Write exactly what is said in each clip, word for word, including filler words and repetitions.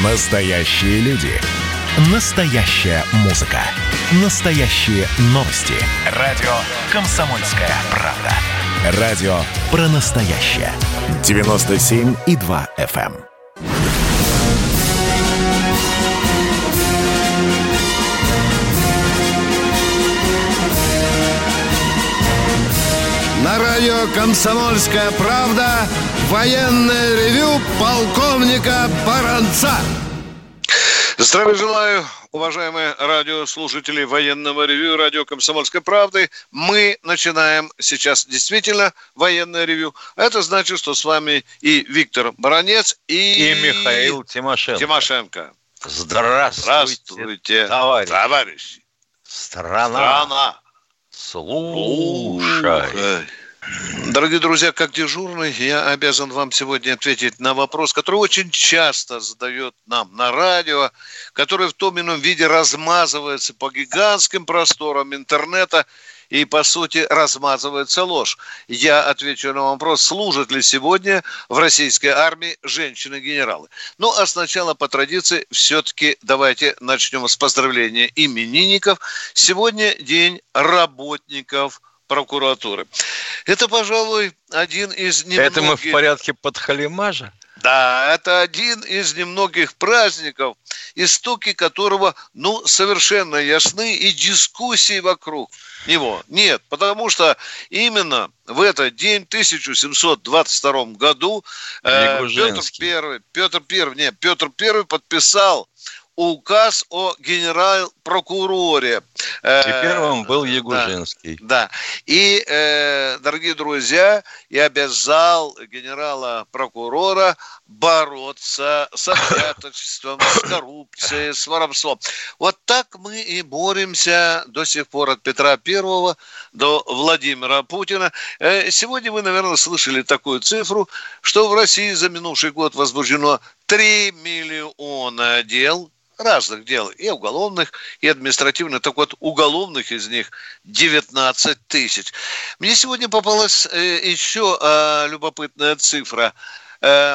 Настоящие люди. Настоящая музыка. Настоящие новости. Радио «Комсомольская правда». Радио про настоящее. девяносто семь и два эф эм. На радио «Комсомольская правда» военное ревю полковника Баранца. Здравия желаю, уважаемые радиослушатели военного ревью, радио «Комсомольской правды». Мы начинаем сейчас действительно военное ревью. Это значит, что с вами и Виктор Баранец, и, и Михаил Тимошенко. Тимошенко. Здравствуйте, Здравствуйте, товарищи. товарищи. Страна. Страна. Слушай. Дорогие друзья, как дежурный, я обязан вам сегодня ответить на вопрос, который очень часто задает нам на радио, который в том или ином виде размазывается по гигантским просторам интернета и, по сути, размазывается ложь. Я отвечу на вопрос, служат ли сегодня в российской армии женщины-генералы. Ну, а сначала, по традиции, все-таки давайте начнем с поздравления именинников. Сегодня день работников прокуратуры. Это, пожалуй, один из немногих... Это мы в порядке подхалимажа? Да, это один из немногих праздников, истоки которого, ну, совершенно ясны, и дискуссии вокруг него нет. Потому что именно в этот день, в тысяча семьсот двадцать втором году, э, Петр Первый, Петр Первый, не, Петр Первый подписал указ о генерал-прокуроре. Теперь он был Ягужинский. Да, да. И, э, дорогие друзья, и обязал генерала-прокурора бороться с объяточеством, с коррупцией, с воровством. Вот так мы и боремся до сих пор от Петра Первого до Владимира Путина. Э, сегодня вы, наверное, слышали такую цифру, что в России за минувший год возбуждено три миллиона дел, разных дел, и уголовных, и административных. Так вот, уголовных из них девятнадцать тысяч. Мне сегодня попалась э, еще э, любопытная цифра. Э,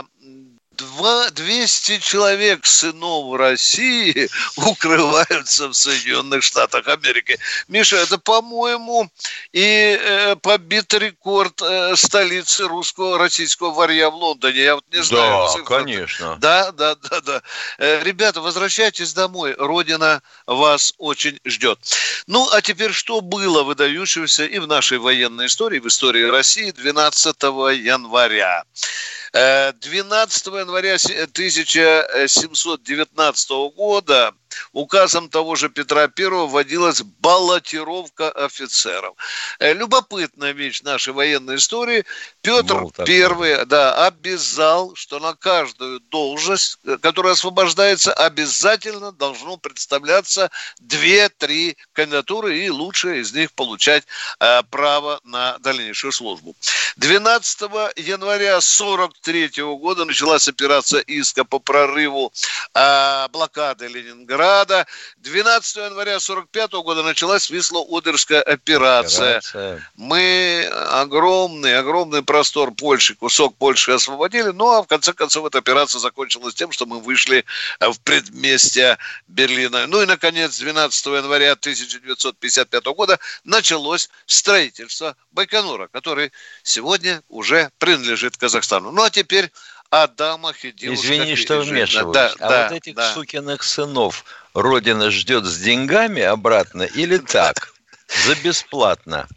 двести человек сынов России укрываются в Соединенных Штатах Америки. Миша, это, по-моему, и э, побит рекорд э, столицы русского, российского варья в Лондоне. Я вот не знаю. Да, цифры. конечно. Да, да, да, да. Э, ребята, возвращайтесь домой. Родина вас очень ждет. Ну, а теперь, что было выдающегося и в нашей военной истории, в истории России двенадцатого января. двенадцатого января тысяча семьсот девятнадцатого года указом того же Петра Первого вводилась баллотировка офицеров. Любопытная вещь нашей военной истории. Петр Первый, да, обязал, что на каждую должность, которая освобождается, обязательно должно представляться две-три кандидатуры, и лучшее из них получать э, право на дальнейшую службу. двенадцатого января сорок третьего года началась операция иска по прорыву э, блокады Ленинграда. двенадцатого января сорок пятого года началась Висло-Одерская операция. операция. Мы огромный, огромный простор Польши, кусок Польши освободили, ну а в конце концов эта операция закончилась тем, что мы вышли в предместье Берлина. Ну и, наконец, двенадцатого января тысяча девятьсот пятьдесят пятого года началось строительство Байконура, который сегодня уже принадлежит Казахстану. Ну а теперь о дамах и девушках. Извини, что вмешиваюсь. Да, а да, вот этих да. сукиных сынов Родина ждет с деньгами обратно или так? За бесплатно?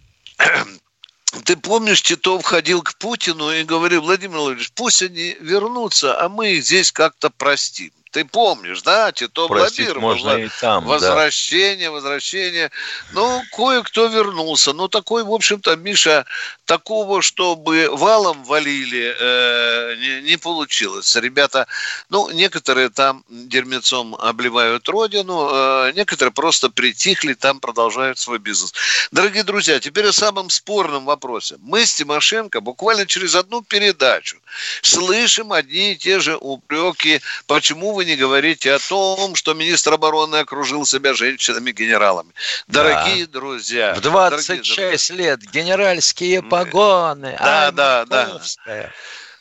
Ты помнишь, Титов ходил к Путину и говорил: Владимир Владимирович, пусть они вернутся, а мы их здесь как-то простим. Ты помнишь, да? Тито Простить можно и там, возвращение, да. возвращение. Ну, кое-кто вернулся. Ну, такой, в общем-то, Миша, такого, чтобы валом валили, э, не, не получилось. Ребята, ну, некоторые там дерьмецом обливают родину, э, некоторые просто притихли, там продолжают свой бизнес. Дорогие друзья, теперь о самом спорном вопросе. Мы с Тимошенко буквально через одну передачу слышим одни и те же упреки, почему вы не говорите о том, что министр обороны окружил себя женщинами-генералами. Дорогие да. друзья. В двадцать шесть лет генеральские погоны. Да, да, да.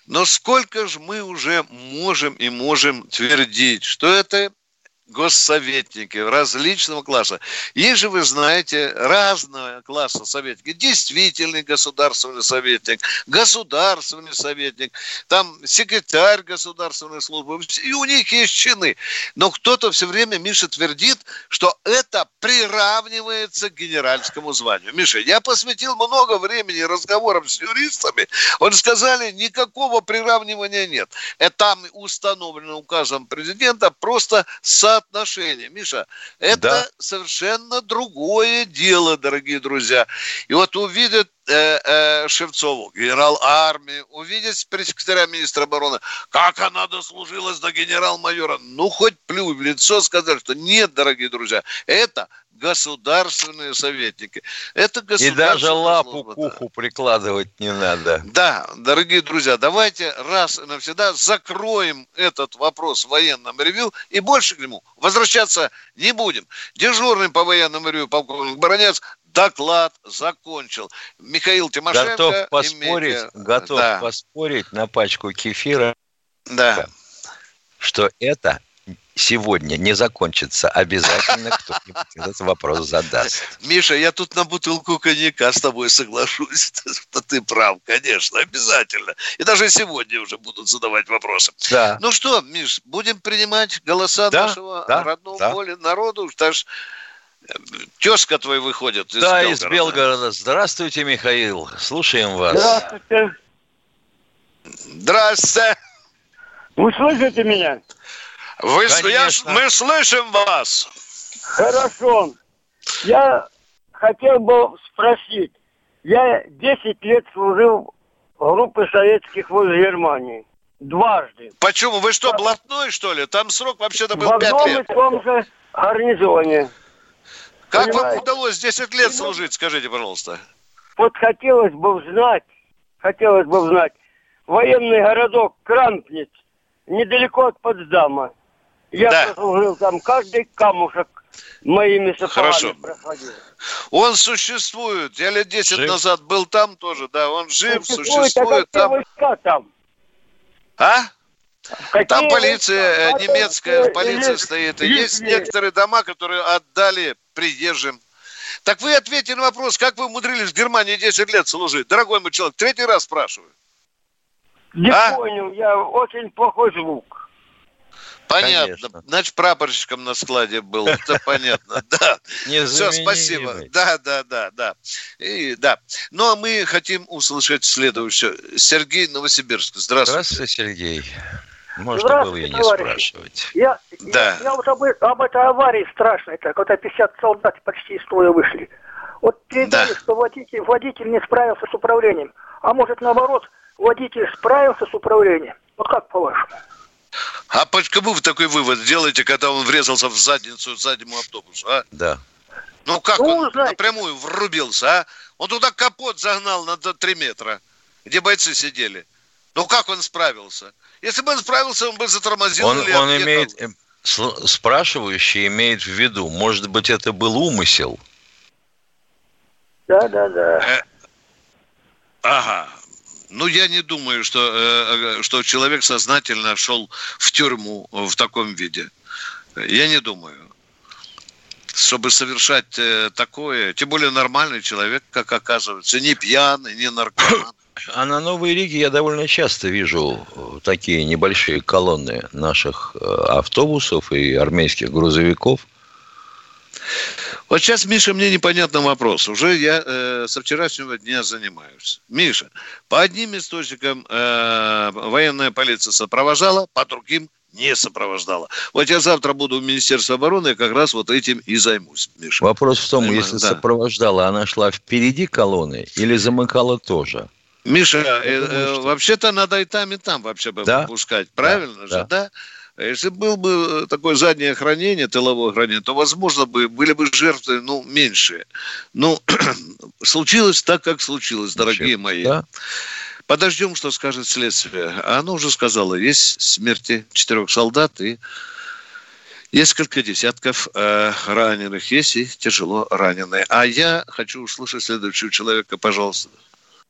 Но сколько же мы уже можем и можем твердить, что это госсоветники различного класса. Есть же, вы знаете, разного класса советники. Действительный государственный советник, государственный советник, там секретарь государственной службы. И у них есть чины. Но кто-то все время, Миша, твердит, что это приравнивается к генеральскому званию. Миша, я посвятил много времени разговорам с юристами. Он сказали, никакого приравнивания нет. Это там установлено указом президента просто со отношения. Миша, это да. совершенно другое дело, дорогие друзья. И вот увидят э, э, Шевцову, генерал армии, увидят пресс-секретаря министра обороны, как она дослужилась до генерал-майора. Ну, хоть плюй в лицо, сказали, что нет, дорогие друзья, это государственные советники. Это и даже лапу служба, к уху да. прикладывать не надо. Да, дорогие друзья, давайте раз и навсегда закроем этот вопрос в военном ревью и больше к нему возвращаться не будем. Дежурный по военному ревью полковник Баранец доклад закончил. Михаил Тимошенко. Готов поспорить, имейте... готов да. поспорить на пачку кефира, да. что это сегодня не закончится. Обязательно кто-нибудь этот вопрос задаст. Миша, я тут на бутылку коньяка с тобой соглашусь, что ты прав, конечно, обязательно. И даже сегодня уже будут задавать вопросы. Да. Ну что, Миш, будем принимать голоса да, нашего да, родного да. поля народу. Даже тезка твой выходит из да, Белгорода. из Белгорода. Здравствуйте, Михаил. Слушаем вас. Здравствуйте. Здравствуйте. Вы слышите меня? Вы, я, мы слышим вас. Хорошо. Я хотел бы спросить. Я десять лет служил в группе советских войск Германии. Дважды. Почему? Вы что, блатной, что ли? Там срок вообще-то был пять лет. В одном и том же гарнизоне. Как Понимаете? Вам удалось десять лет служить, скажите, пожалуйста? Вот хотелось бы узнать, хотелось бы узнать, военный городок Крампниц, недалеко от Потсдама. Я да. прослужил там, каждый камушек моими сапогами проходил. Он существует. Я лет десять жив. назад был там тоже, да, он жив, существует. существует а там. Войска там? А? Какие там полиция, войска? немецкая это, полиция или, стоит. или, Есть или... некоторые дома, которые отдали приезжим. Так вы ответьте на вопрос, как вы умудрились в Германии десять лет служить? Дорогой мой человек, третий раз спрашиваю. Не а? понял, я очень плохой звук. Понятно. Конечно. Значит, прапорщиком на складе был. Это понятно. Да. Все, спасибо. Да, да, да, да. И, да. Ну, а мы хотим услышать следующее. Сергей, Новосибирск. Здравствуйте. Здравствуйте, Сергей. Можно было и не товарищи. спрашивать. Я, да. я, я вот об, об этой аварии страшной, так, когда пятьдесят солдат почти из строя вышли. Вот передали, да. что водитель, водитель не справился с управлением. А может, наоборот, водитель справился с управлением. Вот как по-вашему? А почему вы такой вывод делаете, когда он врезался в задницу заднему автобусу, а? Да. Ну как ну, он знаете. напрямую врубился, а? Он туда капот загнал на три метра, где бойцы сидели. Ну как он справился? Если бы он справился, он бы затормозил. Он, или он имеет, спрашивающий имеет в виду, может быть, это был умысел? Да, да, да. Э, ага. Ну, я не думаю, что, э, что человек сознательно шел в тюрьму в таком виде. Я не думаю. Чтобы совершать э, такое, тем более нормальный человек, как оказывается, не пьяный, не наркоман. А на Новой Риге я довольно часто вижу такие небольшие колонны наших автобусов и армейских грузовиков. Вот сейчас, Миша, мне непонятный вопрос. Уже я э, со вчерашнего дня занимаюсь. Миша, по одним источникам э, военная полиция сопровождала, по другим не сопровождала. Вот я завтра буду в Министерстве обороны, и как раз вот этим и займусь, Миша. Вопрос в том, Понимаю, если да. сопровождала, она шла впереди колонны или замыкала тоже? Миша, э, думаю, что... вообще-то надо и там, и там вообще бы да? пускать. Правильно да, же, да? да? Если был бы такое заднее охранение, тыловое охранение, то, возможно, бы, были бы жертвы, ну, меньшие. Ну, случилось так, как случилось, дорогие Ничего. мои. Да? Подождем, что скажет следствие. А оно уже сказало, есть смерти четырех солдат и несколько десятков э, раненых. Есть и тяжело раненые. А я хочу услышать следующего человека, пожалуйста.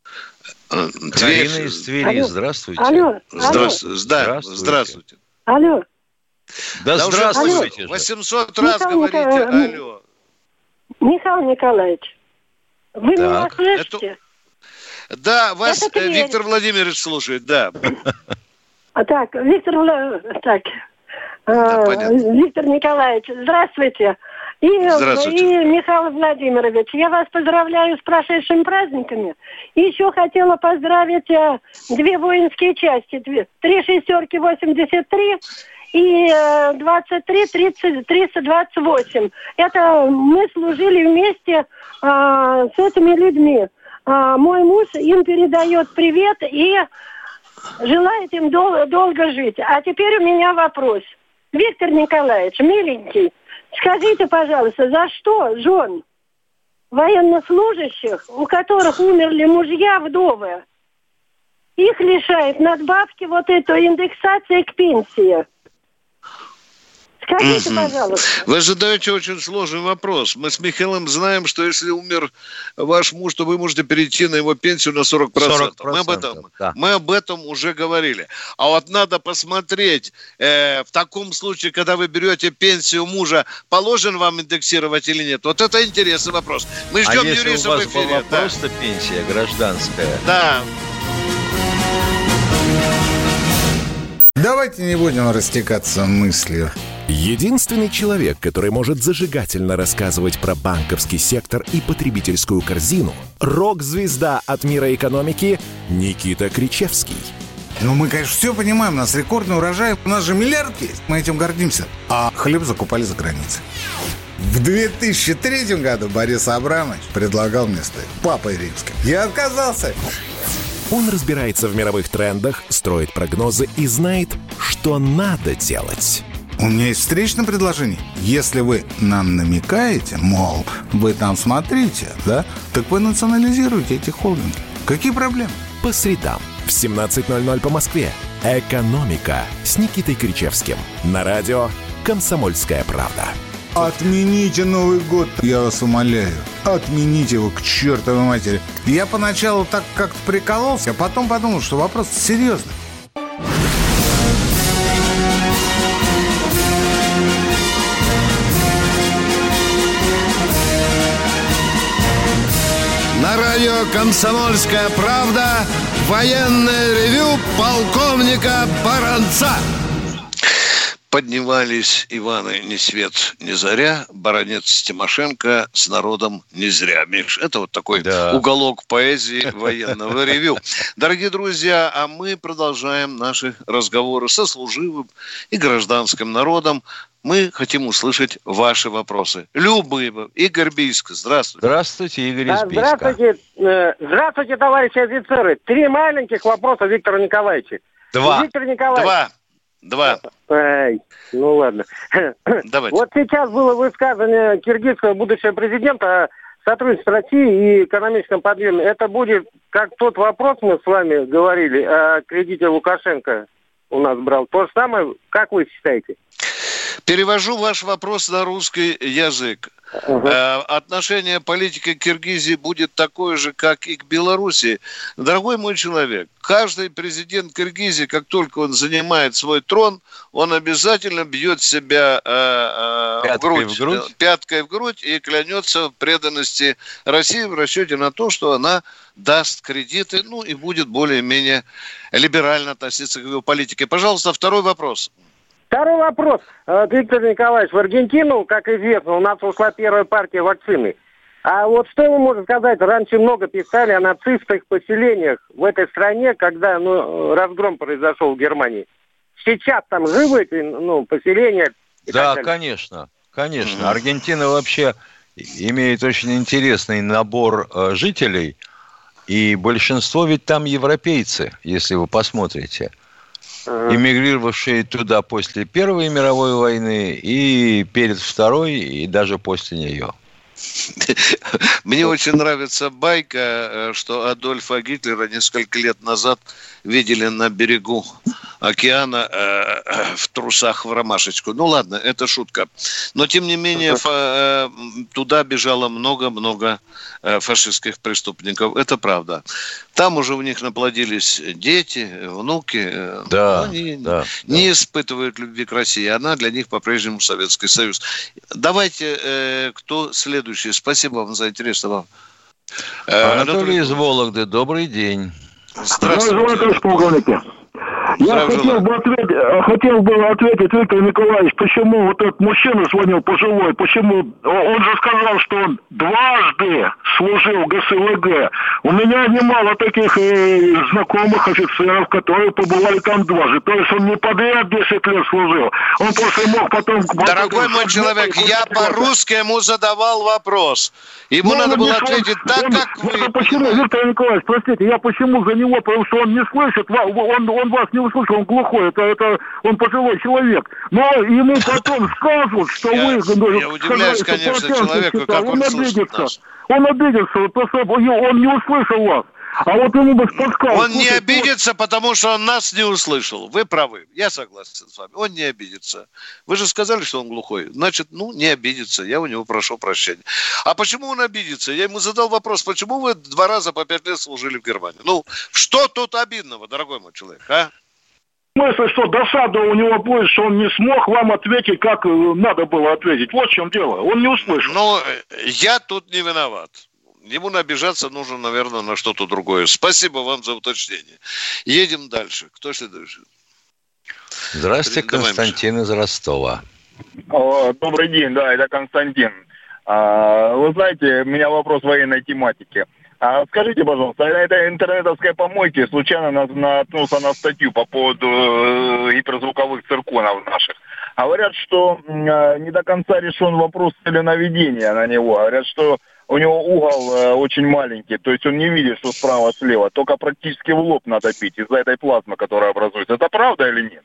Карина из Твери, алло. здравствуйте. Алло, Здравствуйте. алло. Здравствуйте. Здравствуйте. Алло. Да, Да здравствуйте же. восемьсот раз Михаил говорите Николаевич, алло. Михаил Николаевич, вы Так. меня слышите? Это... Да, вас Это э, Тверь. Виктор Владимирович слушает, да. А так, Виктор, Вла- так, Да, э, понятно. Виктор Николаевич, здравствуйте. И, Здравствуйте. и Михаил Владимирович, я вас поздравляю с прошедшими праздниками. И еще хотела поздравить э, две воинские части. Две, три шестерки восемьдесят три и э, двадцать три тридцать триста двадцать восемь. Это мы служили вместе э, с этими людьми. Э, мой муж им передает привет и желает им дол- долго жить. А теперь у меня вопрос. Виктор Николаевич, миленький, скажите, пожалуйста, за что жен военнослужащих, у которых умерли мужья, вдовы, их лишает надбавки вот этой индексации к пенсии? Скажите, пожалуйста. Вы задаете очень сложный вопрос. Мы с Михаилом знаем, что если умер ваш муж, то вы можете перейти на его пенсию на сорок процентов. сорок процентов, мы, об этом, да. мы об этом уже говорили. А вот надо посмотреть, э, в таком случае, когда вы берете пенсию мужа, положен вам индексировать или нет? Вот это интересный вопрос. Мы ждем а если юристов у вас в эфире. была Да. просто пенсия гражданская? Да. Давайте не будем растекаться мыслью. Единственный человек, который может зажигательно рассказывать про банковский сектор и потребительскую корзину – рок-звезда от мира экономики Никита Кричевский. Ну, мы, конечно, все понимаем, у нас рекордный урожай, у нас же миллиард есть, мы этим гордимся. А хлеб закупали за границей. В две тысячи третьем году Борис Абрамович предлагал мне стать папой римским. Я отказался. Он разбирается в мировых трендах, строит прогнозы и знает, что надо делать. У меня есть встречное предложение. Если вы нам намекаете, мол, вы там смотрите, да, так вы национализируете эти холдинги. Какие проблемы? По средам в семнадцать ноль ноль по Москве. «Экономика» с Никитой Кричевским. На радио «Комсомольская правда». Отмените Новый год, я вас умоляю. Отмените его к чертовой матери. Я поначалу так как-то прикололся, а потом подумал, что вопрос серьезный. На радио «Комсомольская правда» военное ревю полковника Баранца. Поднимались Иваны ни свет ни заря, баронец Тимошенко с народом не зря. Миш, это вот такой Да. уголок поэзии военного ревю. Дорогие друзья, а мы продолжаем наши разговоры со служивым и гражданским народом. Мы хотим услышать ваши вопросы. Любые. Игорь Бийск, здравствуйте. Здравствуйте, Игорь из А, Бийска. Здравствуйте, э, здравствуйте, товарищи офицеры. Три маленьких вопроса Виктору Николаевичу. Два. Виктор Николаевич. Два. Два. Ай, ну ладно. Давайте. Вот сейчас было высказывание киргизского будущего президента о сотрудничестве России и экономическом подъеме. Это будет, как тот вопрос мы с вами говорили, о кредите Лукашенко у нас брал. То же самое, как вы считаете? Перевожу ваш вопрос на русский язык. Uh-huh. Отношение политики к Киргизии будет такое же, как и к Белоруссии. Дорогой мой человек, каждый президент Киргизии, как только он занимает свой трон, он обязательно бьет себя э, э, в, грудь, в грудь, пяткой в грудь и клянется в преданности России в расчете на то, что она даст кредиты, ну и будет более-менее либерально относиться к его политике. Пожалуйста, второй вопрос. Второй вопрос. Виктор Николаевич, в Аргентину, как известно, у нас ушла первая партия вакцины. А вот что вы можете сказать? Раньше много писали о нацистских поселениях в этой стране, когда ну, разгром произошел в Германии. Сейчас там живы эти ну, поселения? Да, конечно. Конечно. Mm-hmm. Аргентина вообще имеет очень интересный набор э, жителей. И большинство ведь там европейцы, если вы посмотрите. Эмигрировавшие туда после Первой мировой войны и перед Второй, и даже после нее. Мне очень нравится байка, что Адольфа Гитлера несколько лет назад видели на берегу океана э, в трусах в ромашечку. Ну ладно, это шутка. Но тем не менее фа- э, туда бежало много-много э, фашистских преступников. Это правда. Там уже у них наплодились дети, внуки. Да, они да, не да. испытывают любви к России. Она для них по-прежнему Советский Союз. Давайте, э, кто следующий? Спасибо вам за интересный вопрос. Э, Анатолий из Вологды, добрый день. Здравствуйте. Здравствуйте, полковники. Я хотел бы, ответить, хотел бы ответить, Виктор Николаевич, почему вот этот мужчина звонил пожилой, почему он же сказал, что он дважды служил в ГСВГ. У меня немало таких э, знакомых офицеров, которые побывали там дважды. То есть он не подряд десять лет служил. Он просто мог потом... Дорогой мой человек, я по-русски ему задавал вопрос. Ему ну, надо было не ответить так, он, как вы... Это почему, Виктор Николаевич, простите, я почему за него, потому что он не слышит, он, он вас не услышал, он глухой, это, это он пожилой человек. Но ему потом скажут, что я, вы... Я удивляюсь, конечно, человеку, как он, он слышит обидится. нас. Он обидится, вот просто он не услышал вас. А вот ему бы подсказал. Он не обидится, потому что он нас не услышал. Вы правы, я согласен с вами. Он не обидится. Вы же сказали, что он глухой. Значит, ну, не обидится. Я у него прошу прощения. А почему он обидится? Я ему задал вопрос, почему вы два раза по пять лет служили в Германии? Ну, что тут обидного, дорогой мой человек, а? В смысле, что досада у него будет, что он не смог вам ответить, как надо было ответить. Вот в чем дело. Он не услышал. Ну, я тут не виноват. Ему обижаться нужно, наверное, на что-то другое. Спасибо вам за уточнение. Едем дальше. Кто следующий? Здравствуйте, Константин из Ростова. О, добрый день, да, это Константин. А, вы знаете, у меня вопрос военной тематики. А скажите, пожалуйста, это интернетовской помойки случайно наткнулся на статью по поводу э, гиперзвуковых цирконов наших. Говорят, что э, не до конца решен вопрос целенаведения на него. Говорят, что у него угол э, очень маленький, то есть он не видит, что справа-слева, только практически в лоб надо бить из-за этой плазмы, которая образуется. Это правда или нет?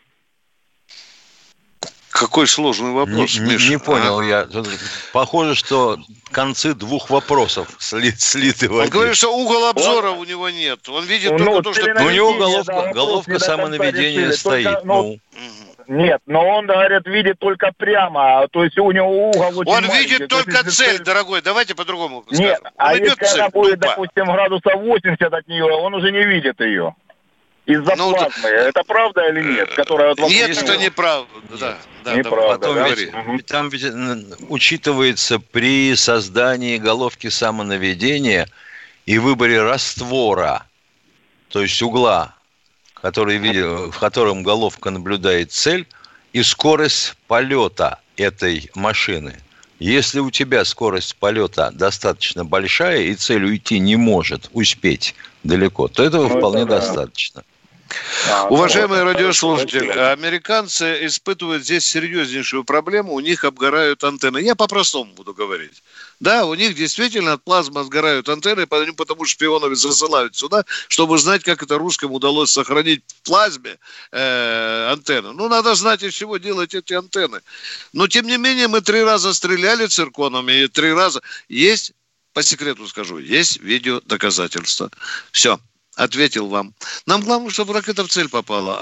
Какой сложный вопрос, не, Миша. Не понял а? я. Похоже, что концы двух вопросов слит, слиты в один. Он говорит, что угол обзора он... у него нет. Он видит ну, только то, что... У него головка, да, головка самонаведения стоит. Только, ну... Ну... Нет, но он, говорят, видит только прямо, то есть у него угол очень Он маленький, видит только есть, цель, если... дорогой, давайте по-другому скажем. Нет, он а идет если цель, она будет, тупо. допустим, градусов восемьдесят от нее, он уже не видит ее. Из-за ну, плазмы. Да... Это правда или нет? Которая вот нет, что неправда. Да, да, неправда. Потом да? ведь, угу. Там ведь учитывается при создании головки самонаведения и выборе раствора, то есть угла, который видит, в котором головка наблюдает цель, и скорость полета этой машины. Если у тебя скорость полета достаточно большая, и цель уйти не может успеть далеко, то этого ну, вполне это, достаточно. А, Уважаемые вот, радиослушатели, американцы испытывают здесь серьезнейшую проблему, у них обгорают антенны. Я по-простому буду говорить. Да, у них действительно от плазмы сгорают антенны, потому что шпионов засылают сюда, чтобы знать, как это русским удалось сохранить в плазме э, антенны. Ну, надо знать, из чего делать эти антенны. Но, тем не менее, мы три раза стреляли цирконами, и три раза... Есть, по секрету скажу, есть видеодоказательства. Все. Ответил вам. Нам главное, чтобы ракета в цель попала.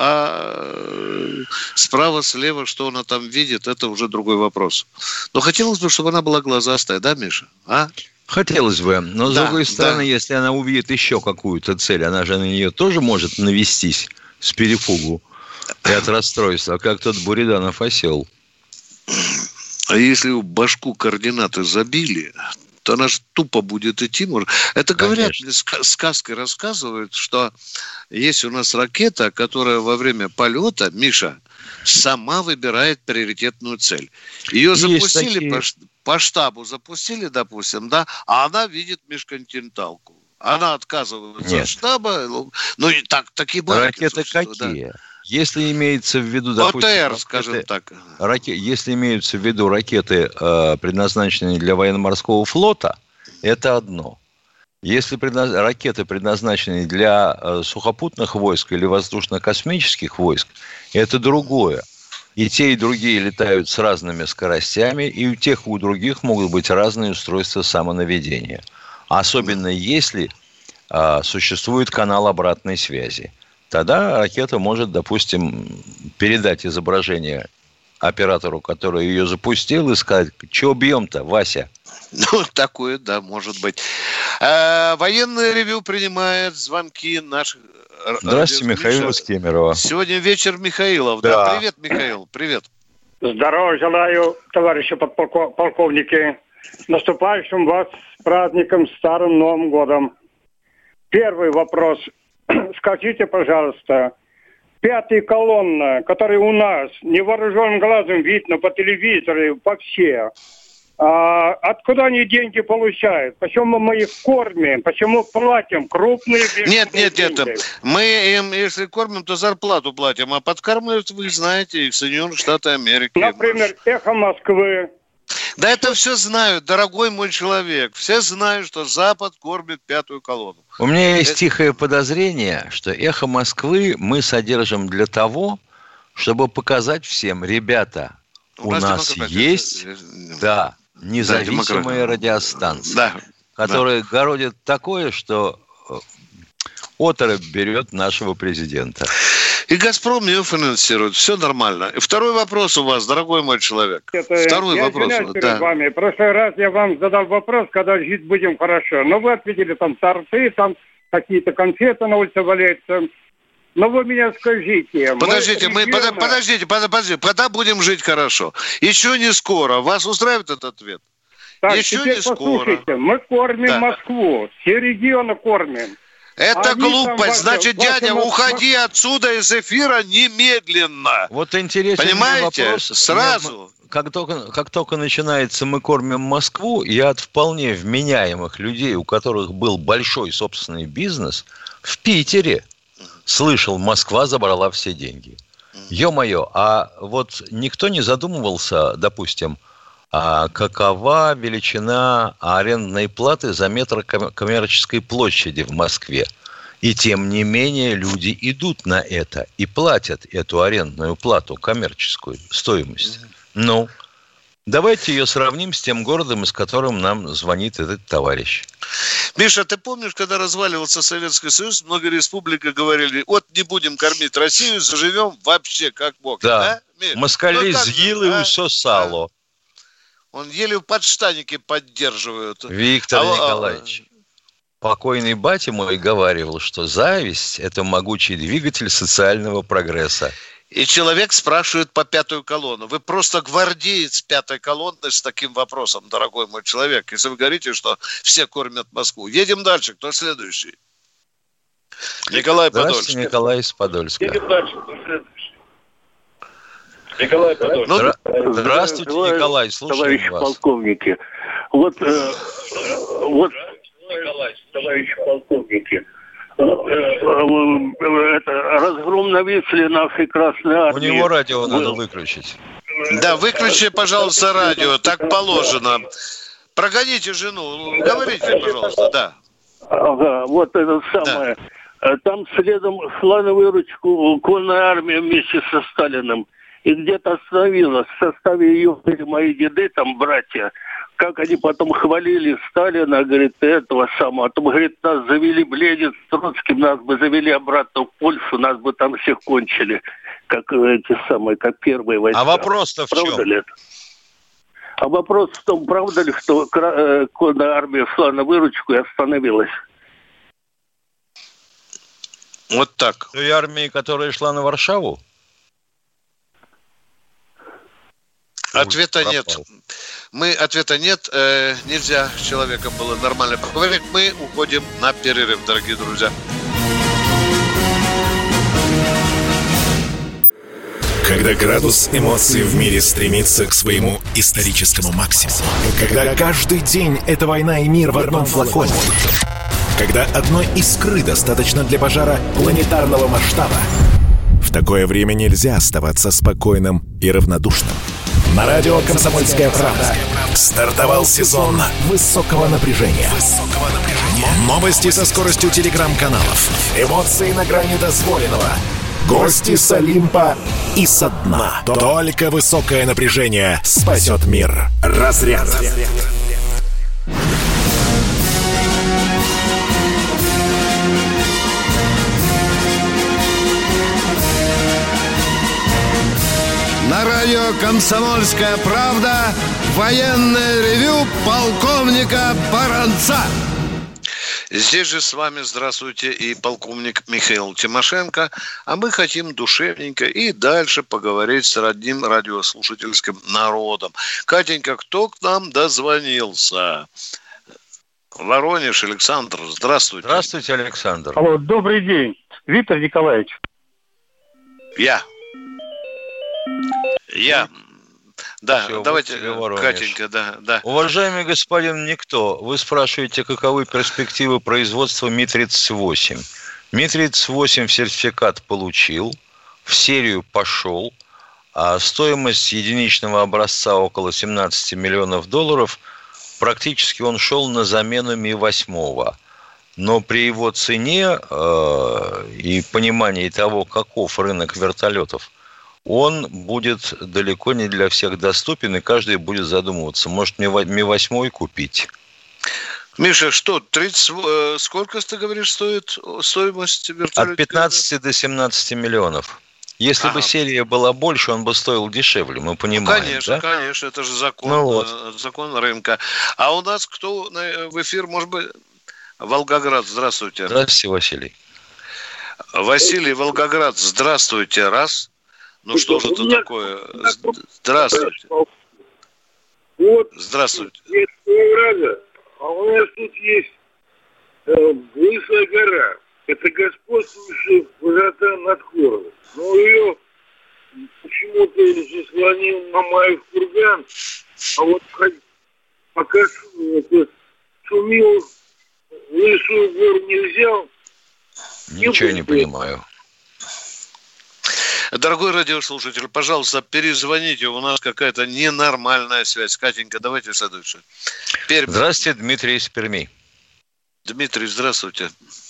А справа, слева, что она там видит, это уже другой вопрос. Но хотелось бы, чтобы она была глазастая, да, Миша? А? Хотелось бы. Но, с да, другой стороны, да. если она увидит еще какую-то цель, она же на нее тоже может навестись с перепугу и от расстройства, как тот Буриданов осел. А если в башку координаты забили... то она же тупо будет идти. Это говорят, мне сказки рассказывают, что есть у нас ракета, которая во время полета, Миша, сама выбирает приоритетную цель. Ее есть запустили по, по штабу, запустили, допустим, да, а она видит межконтиненталку. Она отказывается Нет. от штаба. Ну, и так, такие бывают. Ракеты какие? Да. Если имеется в виду, допустим, ОТР, ракеты, скажем так. Раке, если имеются в виду ракеты, э, предназначенные для военно-морского флота, это одно. Если предназ... ракеты, предназначенные для э, сухопутных войск или воздушно-космических войск, это другое. И те, и другие летают с разными скоростями, и у тех, и у других могут быть разные устройства самонаведения. Особенно если э, существует канал обратной связи. тогда ракета может, допустим, передать изображение оператору, который ее запустил, и сказать, что бьем-то, Вася? Ну, такое, да, может быть. А, военное ревью принимает звонки наших... Здравствуйте, Михаил из Кемерово. Сегодня вечер Михаилов. Да. да, привет, Михаил, привет. Здорово желаю, товарищи подполковники. С наступающим вас праздником, Старым Новым годом. Первый вопрос. Скажите, пожалуйста, пятая колонна, которая у нас невооруженным глазом видно по телевизору, вообще, а откуда они деньги получают? Почему мы их кормим? Почему платим крупные деньги? Нет, нет, нет. Мы им, если кормим, то зарплату платим, а подкармливают, вы знаете, их Соединенные Штаты Америки. Например, «Эхо Москвы». Да это все знают, дорогой мой человек. Все знают, что Запад кормит пятую колонну. У меня есть это... тихое подозрение, что «Эхо Москвы» мы содержим для того, чтобы показать всем, ребята, у, у нас, нас есть, да, независимые да, радиостанции, да, которые да. городят такое, что оторопь берет нашего президента. И «Газпром» ее финансирует. Все нормально. И второй вопрос у вас, дорогой мой человек. Это, второй я вопрос. Я перед да. вами. В прошлый раз я вам задал вопрос, когда жить будем хорошо. Но вы ответили, там торты, там какие-то конфеты на улице валяются. Но вы меня скажите. Подождите, мы, мы региона... подождите, подождите, когда будем жить хорошо? Еще не скоро. Вас устраивает этот ответ? Так, Еще теперь не послушайте, скоро. Мы кормим да. Москву, все регионы кормим. Это Они глупость. там, Значит, ваши, дядя, ваши... уходи отсюда из эфира немедленно. Вот интересный Понимаете? вопрос. Сразу. Как только, как только начинается «Мы кормим Москву», я от вполне вменяемых людей, у которых был большой собственный бизнес, в Питере слышал, Москва забрала все деньги. Ё-моё, а вот никто не задумывался, допустим, а какова величина арендной платы за метр коммерческой площади в Москве. И тем не менее люди идут на это и платят эту арендную плату, коммерческую стоимость. Ну, давайте ее сравним с тем городом, из которого нам звонит этот товарищ. Миша, ты помнишь, когда разваливался Советский Союз, много республик говорили, вот не будем кормить Россию, заживем вообще как бог. Да, да? москали съели а? Усё сало. Он еле в подштанике поддерживают. Виктор а, Николаевич, а... покойный батя мой говаривал, что зависть – это могучий двигатель социального прогресса. И человек спрашивает по пятую колонну. Вы просто гвардеец пятой колонны с таким вопросом, дорогой мой человек. Если вы говорите, что все кормят Москву. Едем дальше. Кто следующий? Николай Подольский. Здравствуйте, Николай из Подольска. Едем дальше. Кто следующий? Николай Подольский. Ну, Здра- здравствуйте, Николай. Николай. Слушаем товарищи вас. Полковники. Вот, э, вот, Николай, товарищи полковники. Это разгром на Висле нашей Красной Армии. У него радио надо выключить. Да, выключи, пожалуйста, радио. Так положено. Прогоните жену. Говорите, пожалуйста, да. Ага, вот это самое. Да. Там следом шла на выручку конная армия вместе со Сталиным. И где-то остановилась. В составе ее были мои деды, там братья. Как они потом хвалили Сталина, говорит, этого самого. Потом, говорит, нас завели в Ленин с Троцким, нас бы завели обратно в Польшу, нас бы там всех кончили, как эти самые, как первые войска. А вопрос-то в правда чем? Ли это? А вопрос в том, правда ли, что конная армия шла на выручку и остановилась? Вот так. Той армии, которая шла на Варшаву? Ответа нет. Мы ответа нет. Э, нельзя с человеком было нормально поговорить. Мы уходим на перерыв, дорогие друзья. Когда градус эмоций в мире стремится к своему историческому максимуму. Когда каждый день это война и мир в одном флаконе. Когда одной искры достаточно для пожара планетарного масштаба. В такое время нельзя оставаться спокойным и равнодушным. На радио «Комсомольская правда» стартовал сезон высокого напряжения. Новости со скоростью телеграм-каналов. Эмоции на грани дозволенного. Гости с Олимпа и со дна. Только высокое напряжение спасет мир. Разряд. радио «Комсомольская правда» военное ревю полковника Баранца. Здесь же с вами, здравствуйте, и полковник Михаил Тимошенко. А мы хотим душевненько и дальше поговорить с одним радиослушательским народом. Катенька, кто к нам дозвонился? Воронеж, Александр, здравствуйте. Здравствуйте, Александр. Алло, добрый день. Виктор Николаевич. Я. Я. Да, Все, давайте, вот Катенька, да, да. Уважаемый господин Никто, вы спрашиваете, каковы перспективы производства Ми тридцать восемь. Ми тридцать восемь сертификат получил, в серию пошел, а стоимость единичного образца около семнадцать миллионов долларов, практически он шел на замену Ми восемь. Но при его цене э, и понимании того, каков рынок вертолетов, он будет далеко не для всех доступен, и каждый будет задумываться, может мне Ми восемь купить. Миша, что, тридцать, э, сколько, ты говоришь, стоит стоимость вертолета? От пятнадцати до семнадцати миллионов. Если ага. бы серия была больше, он бы стоил дешевле, мы понимаем. Ну, конечно, да? конечно, это же закон, ну, вот. закон рынка. А у нас кто в эфир, может быть, Волгоград, здравствуйте. Здравствуйте, Василий. Василий, Волгоград, здравствуйте, раз. Ну что же это такое? Здравствуйте. Вот. Здравствуйте. Нет Волгограда, а у нас тут есть э, Лысая гора. Это господствующая высота над городом. Но ее почему-то заслонил Мамаев курган, а вот пока это, шумил, Лысую гору не взял. Ничего не, не понимаю. Дорогой радиослушатель, пожалуйста, перезвоните. У нас какая-то ненормальная связь. Катенька, давайте следующее. Пермь. Здравствуйте, Дмитрий из Перми. Дмитрий, здравствуйте.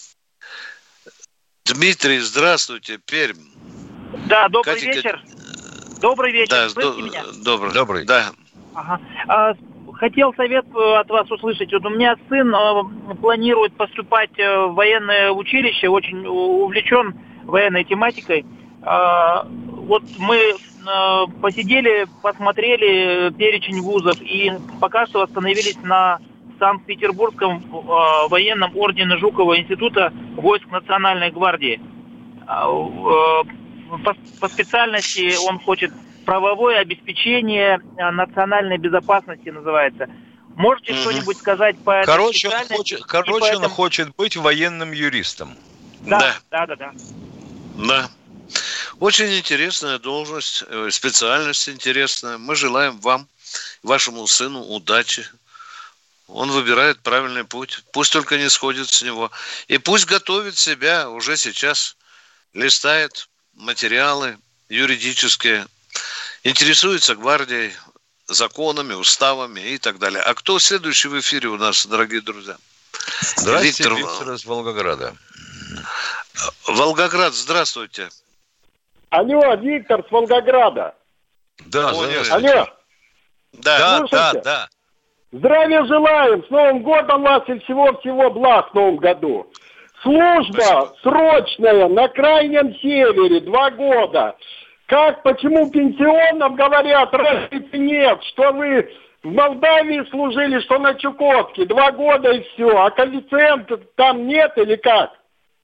Дмитрий, здравствуйте, Пермь. Да, добрый Катенька... вечер. Добрый вечер. Да, Слышите до... меня? Добрый. Добрый. Да. Ага. А, хотел совет от вас услышать. Вот у меня сын а, планирует поступать в военное училище, очень увлечен военной тематикой. А, вот мы а, посидели, посмотрели перечень вузов и пока что остановились на Санкт-Петербургском а, военном ордене Жукова института войск Национальной гвардии. А, а, по, по специальности он хочет правовое обеспечение национальной безопасности, называется. Можете mm-hmm. что-нибудь сказать по этой короче, специальности? Он хочет, короче, этому... он хочет быть военным юристом. Да, да, да, да. Да. Очень интересная должность, специальность интересная. Мы желаем вам, вашему сыну, удачи. Он выбирает правильный путь. Пусть только не сходит с него. И пусть готовит себя уже сейчас. Листает материалы юридические. Интересуется гвардией, законами, уставами и так далее. А кто следующий в эфире у нас, дорогие друзья? Здравствуйте, Виктор, Виктор из Волгограда. Волгоград, здравствуйте. Алло, Виктор с Волгограда. Да, здравствуйте. Алло. Да, да, да, да. Здравия желаем, с Новым годом вас и всего-всего благ в Новом году. Служба Спасибо. Срочная на Крайнем Севере, два года. Как, почему пенсионным говорят, разницы нет, что вы в Молдавии служили, что на Чукотке, два года и все, а коэффициента там нет или как?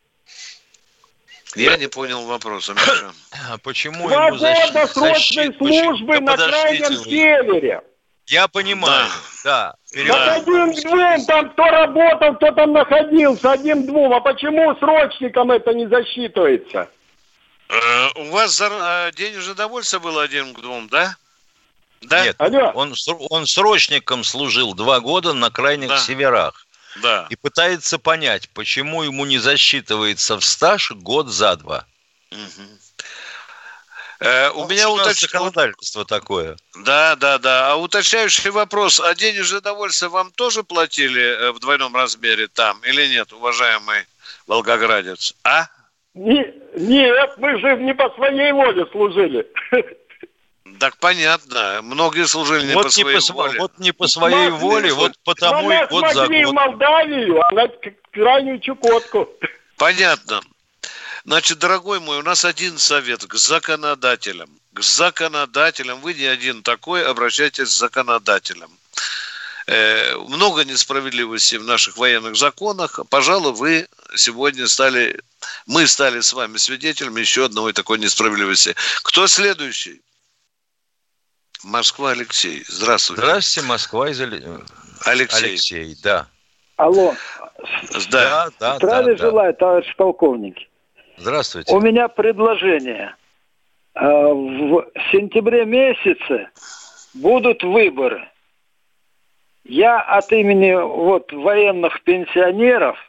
Я не понял вопроса, Миша. А почему два ему года защ... срочной защит... службы на Крайнем вы. Севере. Я понимаю, да. да. да. Один к двум, там кто работал, кто там находился, один к двум. А почему срочникам это не засчитывается? Uh, у вас за... денежное довольство было один к двум, да? Да. Нет, он, он срочником служил два года на крайних да. северах. Да. И пытается понять, почему ему не засчитывается в стаж год за два. Угу. Э, у меня уточ... законодательство такое. Да, да, да. А уточняющий вопрос: а денежное довольствие вам тоже платили в двойном размере там или нет, уважаемый волгоградец? А? Не, нет, мы же не по своей воле служили. Так понятно. Многие служили не вот по не своей по, воле. Вот не по своей Могли, воле, вот потому и год за год. в Молдавию, а на крайнюю Чукотку. Понятно. Значит, дорогой мой, у нас один совет к законодателям, к законодателям. Вы не один такой, обращайтесь к законодателям. Э, много несправедливости в наших военных законах. Пожалуй, вы сегодня стали, мы стали с вами свидетелями еще одной такой несправедливости. Кто следующий? Москва, Алексей. Здравствуйте. Здравствуйте, Москва из Алексей. Алексей, да. Алло. Да, да, Здравия да, желаю, да. Товарищ полковник. Здравствуйте. У меня предложение. В сентябре месяце будут выборы. Я от имени вот военных пенсионеров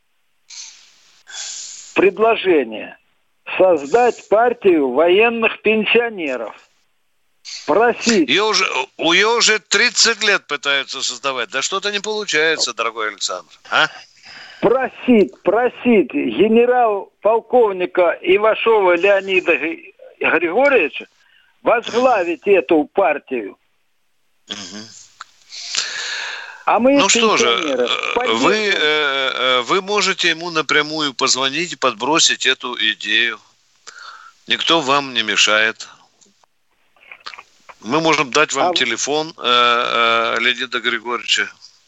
предложение создать партию военных пенсионеров. Просить. Ее уже, ее уже тридцать лет пытаются создавать. Да что-то не получается, дорогой Александр. А? Просить, просить генерал-полковника Ивашова Леонида Григорьевича возглавить эту партию. Угу. А мы, ну что же, вы, вы можете ему напрямую позвонить и подбросить эту идею. Никто вам не мешает. Мы можем дать вам а телефон э, э, Леонида Григорьевича.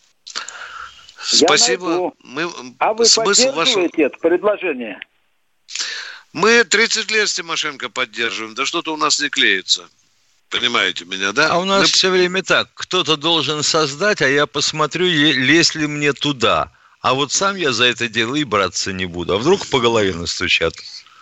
Спасибо. Мы, а вы поддерживаете вашего... это предложение? Мы тридцать лет с Тимошенко поддерживаем. Да что-то у нас не клеится. Понимаете меня, да? А у нас Мы... все время так. Кто-то должен создать, а я посмотрю, лезть ли мне туда. А вот сам я за это дело и браться не буду. А вдруг по голове настучат?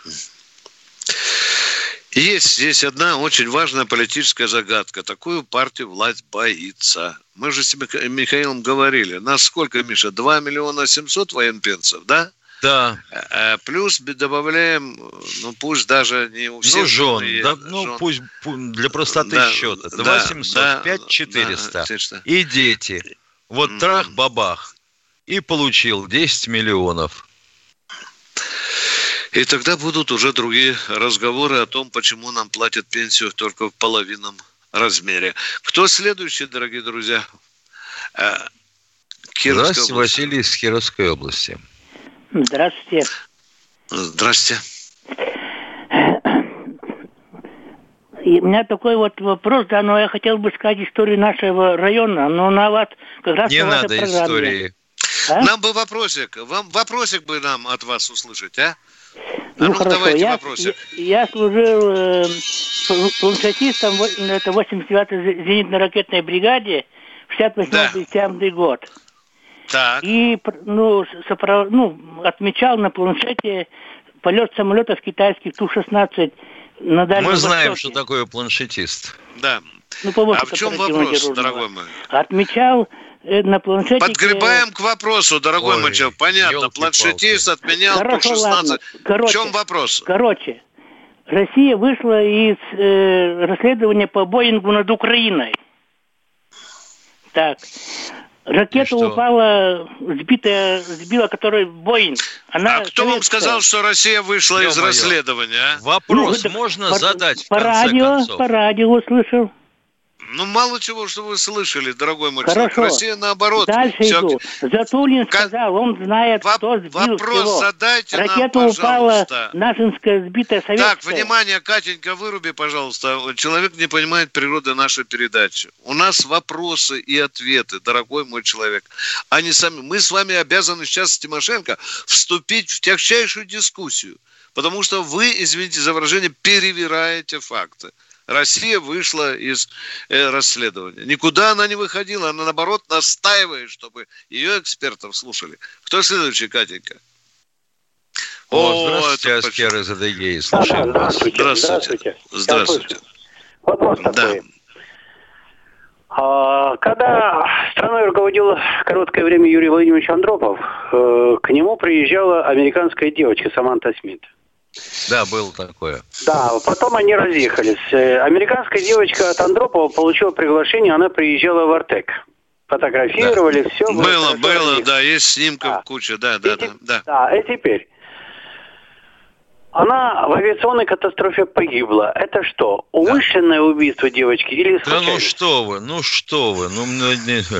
Есть здесь одна очень важная политическая загадка. Такую партию власть боится. Мы же с Михаилом говорили. Нас сколько, Миша? два миллиона семьсот военпенсов, да? Да. А плюс добавляем, ну пусть даже не у всех. Ну, жен, да, ну жен. Пусть для простоты да, счета. два семьсот, да, пять четыреста. Да, и дети. Вот mm-hmm. трах-бабах. И получил десять миллионов. И тогда будут уже другие разговоры о том, почему нам платят пенсию только в половинном размере. Кто следующий, дорогие друзья? Здравствуйте, Василий из Кировской области. Здравствуйте. Здравствуйте. И у меня такой вот вопрос, да, но я хотел бы сказать историю нашего района, но на вот как раз не в надо программе. Истории. А? Нам бы вопросик, вам вопросик бы нам от вас услышать, а? Ну, а ну хорошо, давайте я, вопросик. Я, я служил э, планшетистом в это восемьдесят девятой зенитно-ракетной бригаде в шестьдесят восьмой да. год. Так. И ну, соправ... ну, отмечал на планшете полет самолетов китайских Ту шестнадцать на Дальнем Мы знаем, Востоке. что такое планшетист. Да. Ну, по а в чем вопрос, дорогой мой? Отмечал э, на планшете... Подгребаем к вопросу, дорогой Ой, мой человек. Понятно, планшетист отменял Ту шестнадцать. Короче, в чем вопрос? Короче, Россия вышла из э, расследования по Боингу над Украиной. Так... Ракета упала, сбитая, сбила которой Боинг. Она а кто вам сказал, что Россия вышла Ё из моё. расследования? А? Вопрос ну, можно по, задать по в конце радио, концов? По радио слышал. Ну, мало чего, что вы слышали, дорогой мой Хорошо. человек. Россия наоборот. Дальше все... иду. Затулин как... сказал, он знает, Воп... кто сбил Вопрос всего. задайте Ракета нам, упала, Нашинская сбитая советская. Так, внимание, Катенька, выруби, пожалуйста. Человек не понимает природы нашей передачи. У нас вопросы и ответы, дорогой мой человек. Они сами... Мы с вами обязаны сейчас с Тимошенко вступить в тягчайшую дискуссию. Потому что вы, извините за выражение, перевираете факты. Россия вышла из э, расследования. Никуда она не выходила, она, наоборот, настаивает, чтобы ее экспертов слушали. Кто следующий, Катенька? О, здравствуйте, Аскер из Адыгеи. Слушаем вас. Здравствуйте. Здравствуйте. Здравствуйте. Вопрос да. такой. А, когда страной руководил короткое время Юрий Владимирович Андропов, э, к нему приезжала американская девочка Саманта Смит. Да, было такое. Да, потом они разъехались. Американская девочка от Андропова получила приглашение, она приезжала в Артек. Фотографировали, да. все. Было, было, да, есть снимков да. куча, да, да, и, да, да. Да, и теперь. Она в авиационной катастрофе погибла. Это что, умышленное да. убийство девочки или случайно? Да ну что вы, ну что вы, ну... ну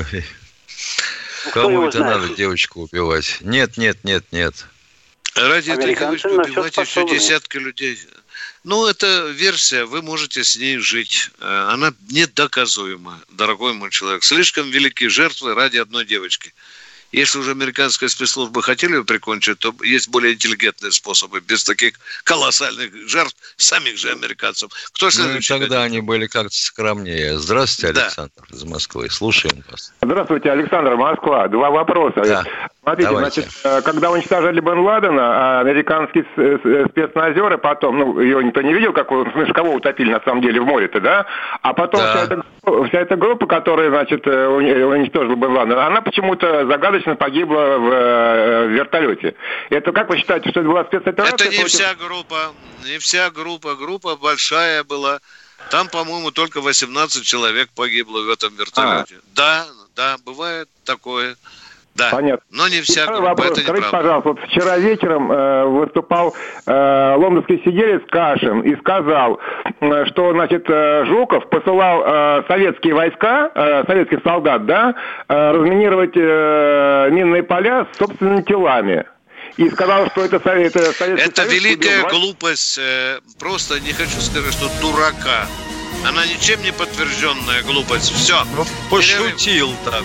кому это надо девочку убивать? Нет, нет, нет, нет. Ради этой девочки убивать еще десятки людей. Ну, это версия, вы можете с ней жить. Она недоказуема, дорогой мой человек. Слишком велики жертвы ради одной девочки. Если уже американские спецслужбы хотели ее прикончить, то есть более интеллигентные способы, без таких колоссальных жертв самих же американцев. Кто следующий? Ну, тогда хотел? Они были как-то скромнее. Здравствуйте, Александр, да. Из Москвы. Слушаем вас. Здравствуйте, Александр, Москва. Два вопроса. Да. Смотрите, Давайте. значит, когда уничтожали Бен Ладена, американские спецназеры потом, ну, ее никто не видел, как, смысле, кого утопили на самом деле в море-то, да? А потом да. вся, эта, вся эта группа, которая, значит, уничтожила Бен Ладена, она почему-то загадочно погибла в, в вертолете. Это, как вы считаете, что это была спецоперация? Это не против... вся группа, не вся группа, группа большая была. Там, по-моему, только восемнадцать человек погибло в этом вертолете. А. Да, да, бывает такое. Да, понятно. Но не вся группа, вопрос. это Скажите, неправда. пожалуйста, вот вчера вечером э, выступал э, лондонский сиделец Кашин и сказал, э, что, значит, э, Жуков посылал э, советские войска, э, советских солдат, да, э, разминировать э, минные поля с собственными телами. И сказал, что это, это советский Это Союз великая убил... глупость, э, просто не хочу сказать, что дурака. Она ничем не подтвержденная глупость. Все. Пошутил так.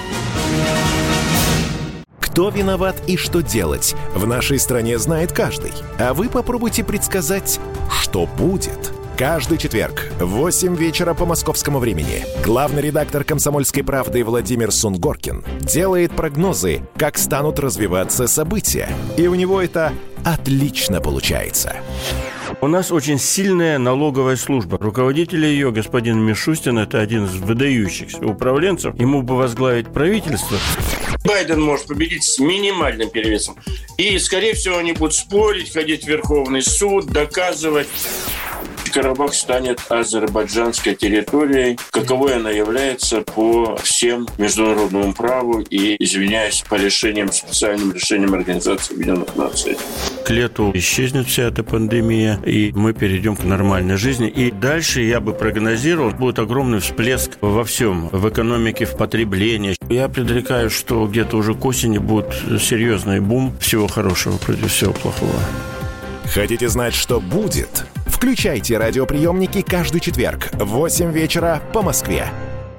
Кто виноват и что делать, в нашей стране знает каждый. А вы попробуйте предсказать, что будет. Каждый четверг в восемь вечера по московскому времени главный редактор «Комсомольской правды» Владимир Сунгоркин делает прогнозы, как станут развиваться события. И у него это отлично получается. У нас очень сильная налоговая служба. Руководитель ее, господин Мишустин, это один из выдающихся управленцев. Ему бы возглавить правительство. Байден может победить с минимальным перевесом. И, скорее всего, они будут спорить, ходить в Верховный суд, доказывать. Карабах станет азербайджанской территорией, каковой она является по всем международному праву и, извиняюсь, по решениям, специальным решениям Организации Объединенных Наций. К лету исчезнет вся эта пандемия, и мы перейдем к нормальной жизни. И дальше, я бы прогнозировал, будет огромный всплеск во всем, в экономике, в потреблении. Я предрекаю, что где-то уже к осени будет серьезный бум всего хорошего против всего плохого. Хотите знать, что будет? Включайте радиоприемники каждый четверг в восемь вечера по Москве.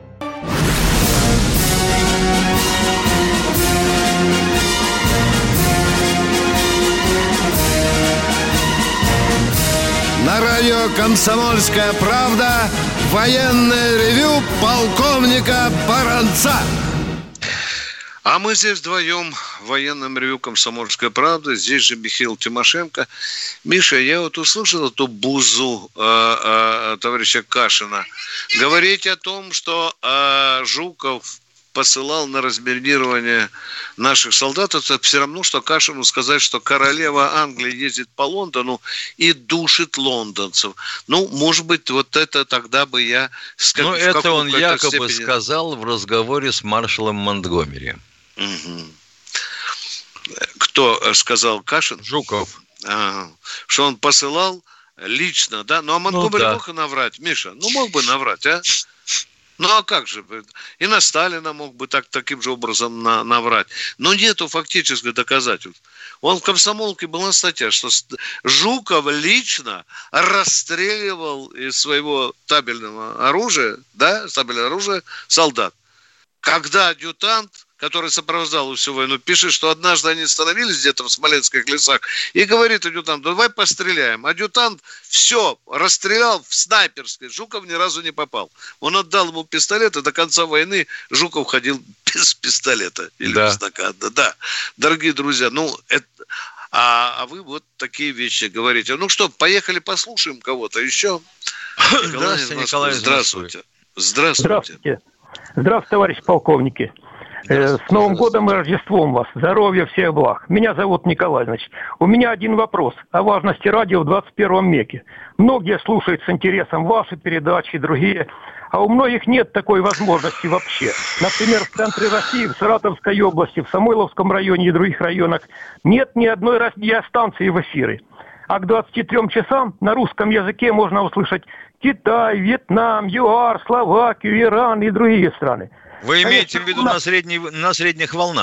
На радио «Комсомольская правда» военное ревю полковника Баранца. А мы здесь вдвоем в военном ревью «Комсомольской правды». Здесь же Михаил Тимошенко. Миша, я вот услышал эту бузу э, э, товарища Кашина. Говорить о том, что э, Жуков посылал на разминирование наших солдат, это все равно, что Кашину сказать, что королева Англии ездит по Лондону и душит лондонцев. Ну, может быть, вот это тогда бы я... Ну, это он якобы степени... сказал в разговоре с маршалом Монтгомери. Угу. Кто сказал? Кашин? Жуков. А, что он посылал лично, да? Ну, а Монтгомери ну, да. мог наврать, Миша? Ну, мог бы наврать, а? Ну, а как же? И на Сталина мог бы так, таким же образом на, наврать. Но нету фактических доказательств. Он в «Комсомолке» была статья, что Жуков лично расстреливал из своего табельного оружия, да, табельного оружия солдат. Когда адъютант, который сопровождал всю войну, пишет, что однажды они остановились где-то в смоленских лесах и говорит адъютанту: давай постреляем. Адъютант все расстрелял в снайперской. Жуков ни разу не попал. Он отдал ему пистолет, и до конца войны Жуков ходил без пистолета. Или да. без нагада. Да. Дорогие друзья, ну, это... А, а вы вот такие вещи говорите. Ну что, поехали послушаем кого-то еще. Здравствуйте, Николай. Здравствуйте. Здравствуйте. Здравствуйте. Здравствуйте, товарищ полковники. С Новым годом и Рождеством вас. Здоровья, всех благ. Меня зовут Николай. Значит, у меня один вопрос о важности радио в двадцать первом веке. Многие слушают с интересом ваши передачи, другие, а у многих нет такой возможности вообще. Например, в центре России, в Саратовской области, в Самойловском районе и других районах нет ни одной радиостанции в эфире. А к двадцати трём часам на русском языке можно услышать Китай, Вьетнам, ЮАР, Словакию, Иран и другие страны. Вы имеете Конечно, в виду на, средней, на средних волнах?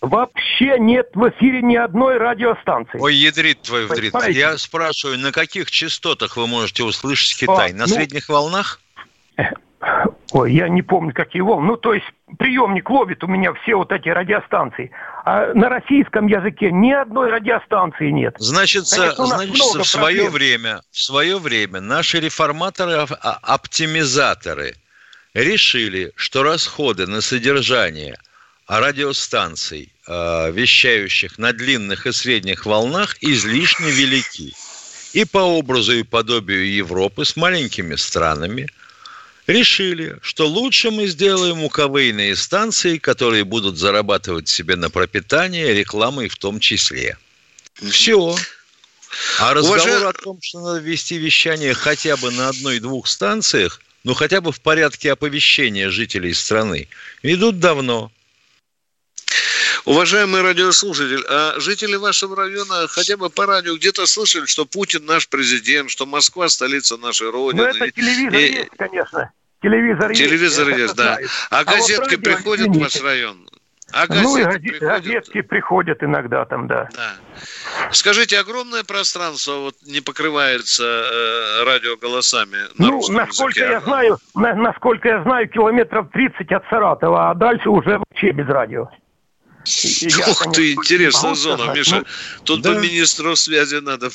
вообще нет в эфире ни одной радиостанции. Ой, ядрит твою вдрит. Я спрашиваю, на каких частотах вы можете услышать Китай? А, на ну... средних волнах? Ой, я не помню, какие волны. Ну, то есть приемник ловит у меня все вот эти радиостанции. А на российском языке ни одной радиостанции нет. Значит, Конечно, значит в свое время, в свое время наши реформаторы-оптимизаторы решили, что расходы на содержание радиостанций, вещающих на длинных и средних волнах, излишне велики. И по образу и подобию Европы с маленькими странами решили, что лучше мы сделаем муковейные станции, которые будут зарабатывать себе на пропитание, рекламой в том числе. Все. А разговор Уважаю... о том, что надо вести вещание хотя бы на одной-двух станциях, ну хотя бы в порядке оповещения жителей страны, идут давно. Уважаемый радиослушатель, а жители вашего района хотя бы по радио где-то слышали, что Путин наш президент, что Москва столица нашей Родины? Ну, это телевизор и... есть, конечно. Телевизор, телевизор есть, есть да. Знаю. А, а газетки вот приходят в ваш район? А ну, и газет, газетки приходят иногда там, да. да. Скажите, огромное пространство вот не покрывается э, радиоголосами на ну, русском насколько языке? я знаю, на, насколько я знаю, километров тридцать от Саратова, а дальше уже вообще без радио. Я, Ух конечно, ты, интересная зона, знать. Миша. Ну, Тут да. бы министру связи надо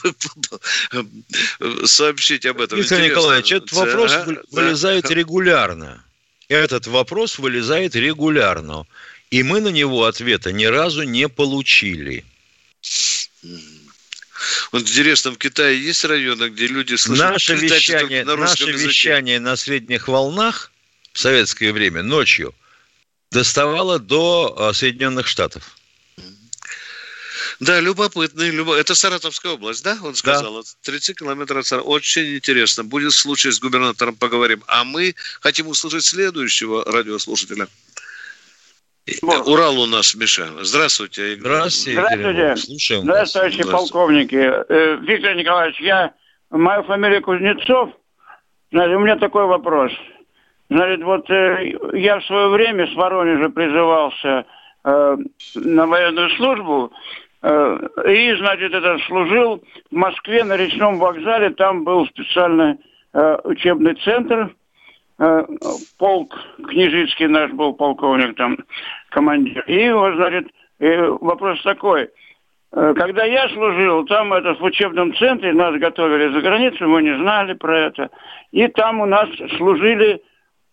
сообщить об этом. Виктор Николаевич, этот вопрос ага, вылезает да. регулярно. Этот вопрос вылезает регулярно. И мы на него ответа ни разу не получили. Вот интересно, в Китае есть районы, где люди слышат... Наше вещание на, наше вещание на средних волнах в советское время ночью доставало до Соединенных Штатов. Да, любопытно. Любо... Это Саратовская область, да? Он сказал. Да. тридцать километров от Саратова. Очень интересно. Будет случай, с губернатором поговорим. А мы хотим услышать следующего радиослушателя. Вот. Урал у нас, Миша. Здравствуйте. Здравствуйте. Здравствуйте. Слушаем Здравствуйте, вас. полковники. Э, Виктор Николаевич, я... Моя фамилия Кузнецов. Значит, у меня такой вопрос. Значит, вот э, я в свое время с Воронежа призывался э, на военную службу. Э, и, значит, это служил в Москве на речном вокзале. Там был специальный э, учебный центр. Полк Княжицкий наш был полковник там, командир. И вот, значит, вопрос такой. Когда я служил, там это, в учебном центре нас готовили за границу, мы не знали про это. И там у нас служили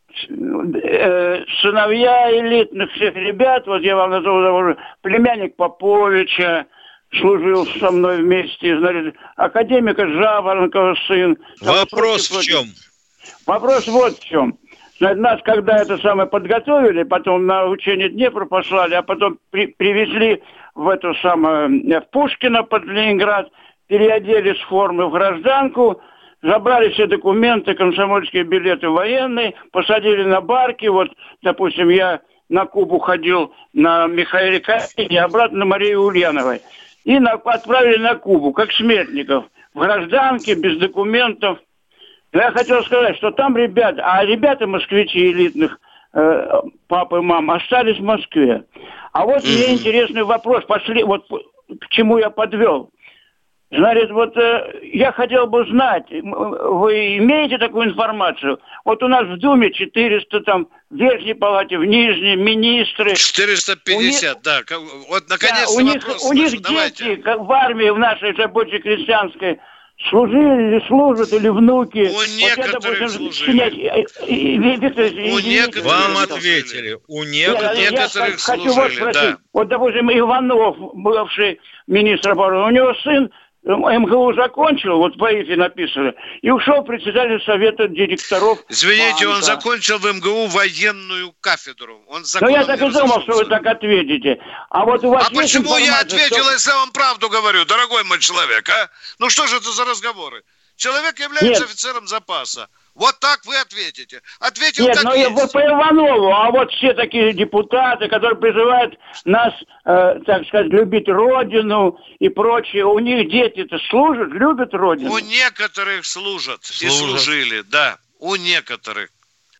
э, сыновья элитных всех ребят. Вот я вам назову, племянник Поповича служил со мной вместе. Значит, академика Жаворонкова сын. Вопрос в чем? Вопрос вот в чем. Значит, нас, когда это самое подготовили, потом на учение Днепра послали, а потом при, привезли в эту самую, в Пушкино под Ленинград, переодели с формы в гражданку, забрали все документы, комсомольские билеты военные, посадили на барки. Вот, допустим, я на Кубу ходил на Михаиле Калине, обратно на Марии Ульяновой. И на, отправили на Кубу, как смертников, в гражданке, без документов. Я хотел сказать, что там ребята, а ребята москвичи элитных, э, папа и мама, остались в Москве. А вот mm-hmm. мне интересный вопрос, пошли, вот к чему я подвел. Значит, вот э, я хотел бы знать, вы имеете такую информацию? Вот у нас в Думе четыреста, там, в Верхней Палате, в Нижней, министры. четыреста пятьдесят, них, да. Вот, наконец-то да, у них, вопрос. У них дети, как в армии, в нашей рабочей крестьянской, служили или служат, или внуки. У вот некоторых это, служили. У некоторых Вам ответили. У некоторых, некоторых я служили, хочу вас спросить. Да. Вот, допустим, Иванов, бывший министр обороны, у него сын эм гэ у закончил, вот в АИФе написано, и ушел председатель совета директоров. Извините, банка. Он закончил в эм гэ у военную кафедру. Он ну, я так и думал, что вы так ответите. А вот у вас А почему я ответил, что... если я вам правду говорю, дорогой мой человек, а? Ну что же это за разговоры? Человек является Нет. офицером запаса. Вот так вы ответите. Ответил Нет, как но есть. Я по Иванову, а вот все такие депутаты, которые призывают нас, э, так сказать, любить Родину и прочее, у них дети-то служат, любят Родину. У некоторых служат, служат. И служили, да. У некоторых.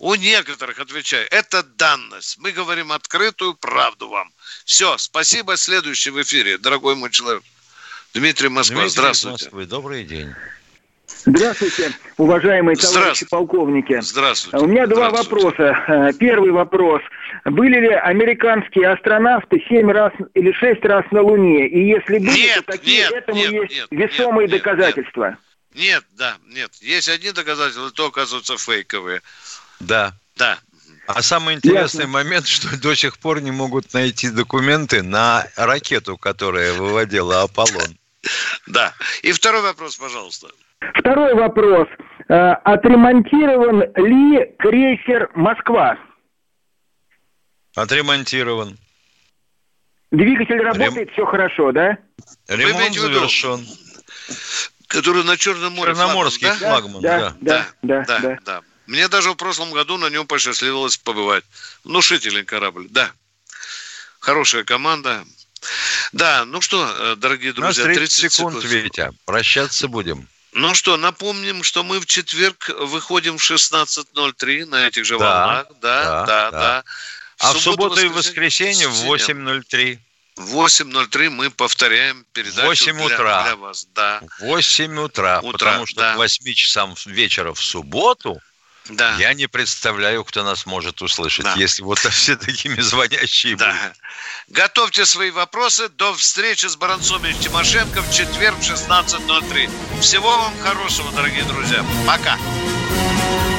У некоторых, отвечаю, это данность. Мы говорим открытую правду вам. Все, спасибо. Следующий в эфире, дорогой мой человек. Дмитрий Москва, Дмитрий, здравствуйте. Москвы. Добрый день. Здравствуйте, уважаемые товарищи полковники. Здравствуйте. У меня два вопроса. Первый вопрос. Были ли американские астронавты семь раз или шесть раз на Луне? И если были, нет, то какие нет, этому нет, есть нет, весомые нет, доказательства? Нет, нет, да, нет. Есть одни доказательства, то, оказывается, фейковые. Да. Да. А самый интересный Ясно. момент, что до сих пор не могут найти документы на ракету, которая выводила Аполлон. Да. И второй вопрос, пожалуйста. Второй вопрос. Э, Отремонтирован ли крейсер «Москва»? Отремонтирован. Двигатель работает, Рем... все хорошо, да? Ремонт завершен. Который на Черном море. Черноморский флагман, флагман, да? да. Да, да, да, да. да. Мне даже в прошлом году на нем посчастливилось побывать. Внушительный корабль, да. Хорошая команда. Да, ну что, дорогие друзья, у нас тридцать секунд, Витя. Прощаться будем. Ну что, напомним, что мы в четверг выходим в шестнадцать ноль три на этих же да, волнах. Да, да, да. да. А в субботу и воскресенье в восемь ноль три. В восемь ноль три мы повторяем передачу восемь утра. Для, для вас. Да. В восемь утра, утра, потому что да. к восьми часам вечера в субботу да. я не представляю, кто нас может услышать, да. если вот все такими звонящие да. будут. Готовьте свои вопросы. До встречи с Баранцом и Тимошенко в четверг в шестнадцать ноль три. Всего вам хорошего, дорогие друзья. Пока.